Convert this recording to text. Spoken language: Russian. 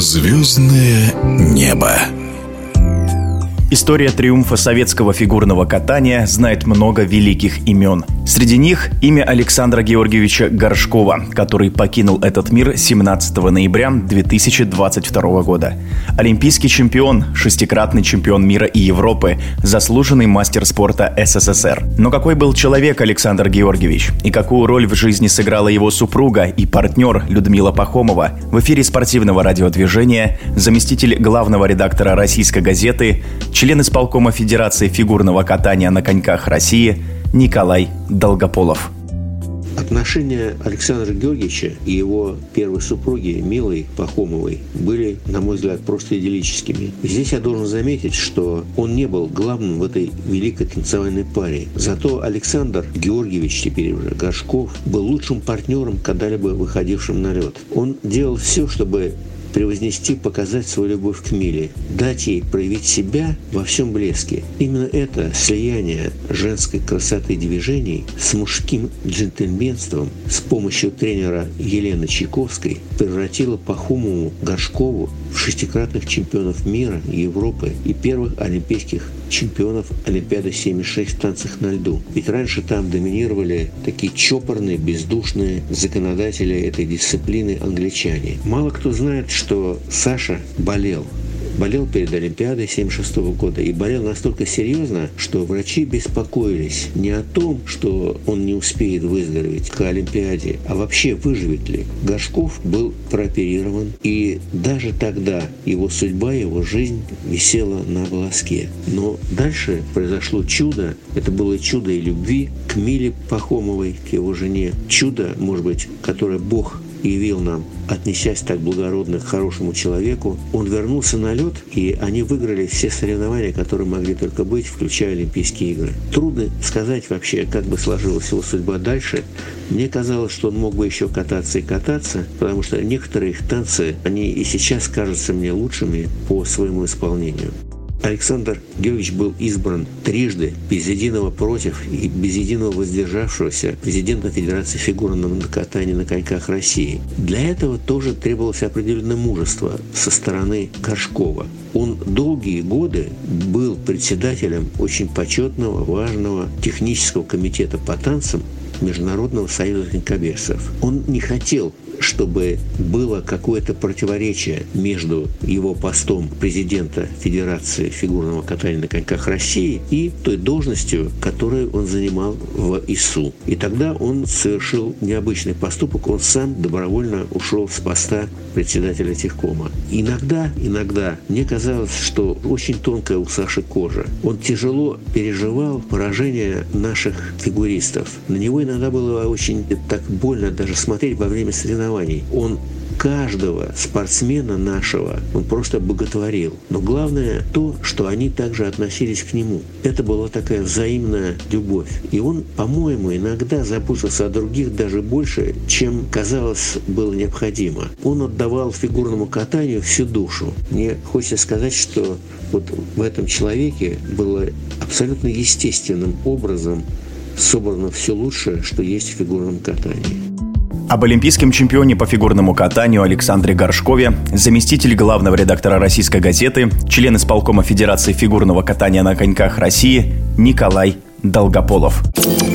Звездное небо. История триумфа советского фигурного катания знает много великих имен. Среди них имя Александра Георгиевича Горшкова, который покинул этот мир 17 ноября 2022 года. Олимпийский чемпион, шестикратный чемпион мира и Европы, заслуженный мастер спорта СССР. Но какой был человек Александр Георгиевич? И какую роль в жизни сыграла его супруга и партнер Людмила Пахомова? В эфире спортивного радиодвижения заместитель главного редактора «Российской газеты», член исполкома Федерации фигурного катания на коньках России Николай Долгополов. Отношения Александра Георгиевича и его первой супруги Милой Пахомовой были, на мой взгляд, просто идиллическими. Здесь я должен заметить, что он не был главным в этой великой танцевальной паре. Зато Александр Георгиевич, теперь уже Горшков, был лучшим партнером, когда-либо выходившим на лед. Он делал все, чтобы превознести, показать свою любовь к Миле, дать ей проявить себя во всем блеске. Именно это слияние женской красоты движений с мужским джентльменством с помощью тренера Елены Чайковской превратило Пахомову Горшкову в шестикратных чемпионов мира, Европы и первых олимпийских чемпионов Олимпиады 76 в танцах на льду. Ведь раньше там доминировали такие чопорные, бездушные законодатели этой дисциплины англичане. Мало кто знает, что Саша болел перед Олимпиадой 1976 года и болел настолько серьезно, что врачи беспокоились не о том, что он не успеет выздороветь к Олимпиаде, а вообще выживет ли. Горшков был прооперирован, и даже тогда его судьба, его жизнь висела на волоске. Но дальше произошло чудо. Это было чудо и любви к Миле Пахомовой, к его жене. Чудо, может быть, которое Бог явил нам, отнесясь так благородно к хорошему человеку. Он вернулся на лед, и они выиграли все соревнования, которые могли только быть, включая Олимпийские игры. Трудно сказать вообще, как бы сложилась его судьба дальше. Мне казалось, что он мог бы еще кататься и кататься, потому что некоторые их танцы, они и сейчас кажутся мне лучшими по своему исполнению. Александр Георгиевич был избран трижды без единого против и без единого воздержавшегося президентом Федерации фигурного катания на коньках России. Для этого тоже требовалось определенное мужество со стороны Горшкова. Он долгие годы был председателем очень почетного, важного технического комитета по танцам Международного союза конькобежцев. Он не хотел, чтобы было какое-то противоречие между его постом президента Федерации фигурного катания на коньках России и той должностью, которую он занимал в ИСУ. И тогда он совершил необычный поступок, он сам добровольно ушел с поста председателя техкома. Иногда мне казалось, что очень тонкая у Саши кожа. Он тяжело переживал поражение наших фигуристов. На него иногда было очень так больно даже смотреть во время соревнований. Он каждого спортсмена нашего он просто боготворил. Но главное то, что они также относились к нему. Это была такая взаимная любовь. И он, по-моему, иногда заботился о других даже больше, чем, казалось, было необходимо. Он отдавал фигурному катанию всю душу. Мне хочется сказать, что вот в этом человеке было абсолютно естественным образом собрано все лучшее, что есть в фигурном катании. Об олимпийском чемпионе по фигурному катанию Александре Горшкове заместитель главного редактора «Российской газеты», член исполкома Федерации фигурного катания на коньках России Николай Долгополов.